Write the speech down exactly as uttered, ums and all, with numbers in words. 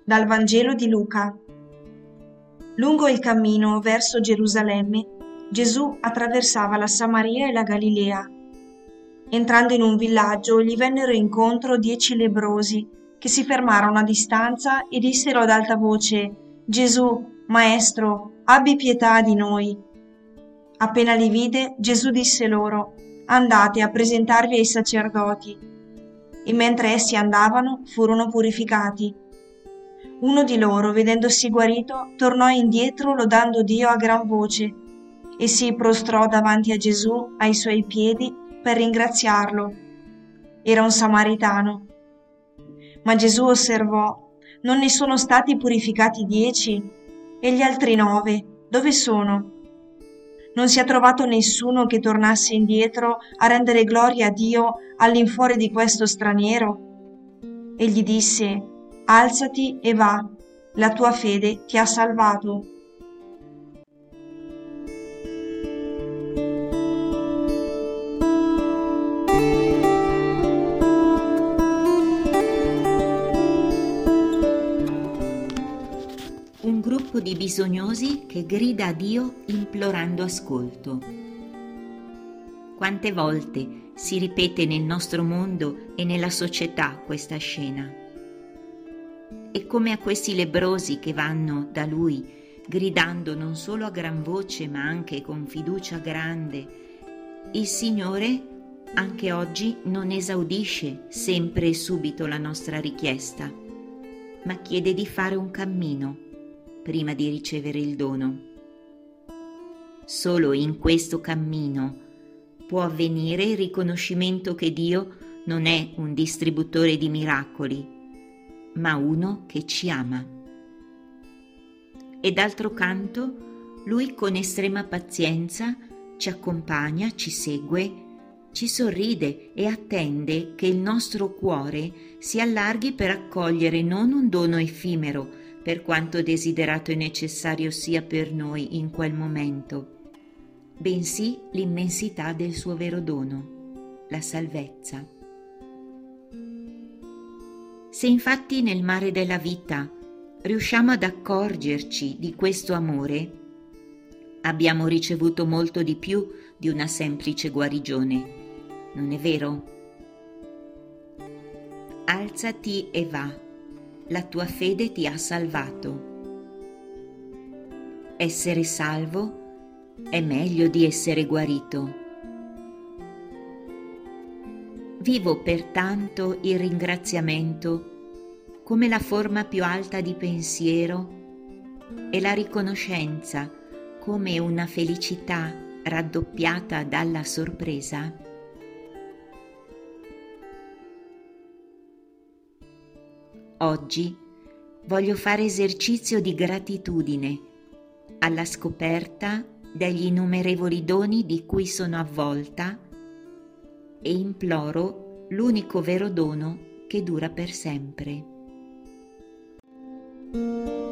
Dal Vangelo di Luca. Lungo il cammino verso Gerusalemme, Gesù attraversava la Samaria e la Galilea. Entrando in un villaggio, gli vennero incontro dieci lebbrosi, che si fermarono a distanza e dissero ad alta voce: «Gesù, Maestro, abbi pietà di noi». Appena li vide, Gesù disse loro: «Andate a presentarvi ai sacerdoti». E mentre essi andavano, furono purificati. Uno di loro, vedendosi guarito, tornò indietro lodando Dio a gran voce e si prostrò davanti a Gesù ai suoi piedi per ringraziarlo. Era un samaritano. Ma Gesù osservò: «Non ne sono stati purificati dieci? E gli altri nove, dove sono? Non si è trovato nessuno che tornasse indietro a rendere gloria a Dio all'infuori di questo straniero?» Egli disse: «Alzati e va, la tua fede ti ha salvato». Un gruppo di bisognosi che grida a Dio implorando ascolto. Quante volte si ripete nel nostro mondo e nella società questa scena? E come a questi lebbrosi che vanno da Lui, gridando non solo a gran voce ma anche con fiducia grande, il Signore anche oggi non esaudisce sempre e subito la nostra richiesta, ma chiede di fare un cammino prima di ricevere il dono. Solo in questo cammino può avvenire il riconoscimento che Dio non è un distributore di miracoli, ma uno che ci ama. E d'altro canto, Lui con estrema pazienza ci accompagna, ci segue, ci sorride e attende che il nostro cuore si allarghi per accogliere non un dono effimero, per quanto desiderato e necessario sia per noi in quel momento, bensì l'immensità del suo vero dono, la salvezza. Se infatti nel mare della vita riusciamo ad accorgerci di questo amore, abbiamo ricevuto molto di più di una semplice guarigione, non è vero? Alzati e va, la tua fede ti ha salvato. Essere salvo è meglio di essere guarito. Vivo pertanto il ringraziamento come la forma più alta di pensiero e la riconoscenza come una felicità raddoppiata dalla sorpresa. Oggi voglio fare esercizio di gratitudine alla scoperta degli innumerevoli doni di cui sono avvolta e imploro l'unico vero dono che dura per sempre.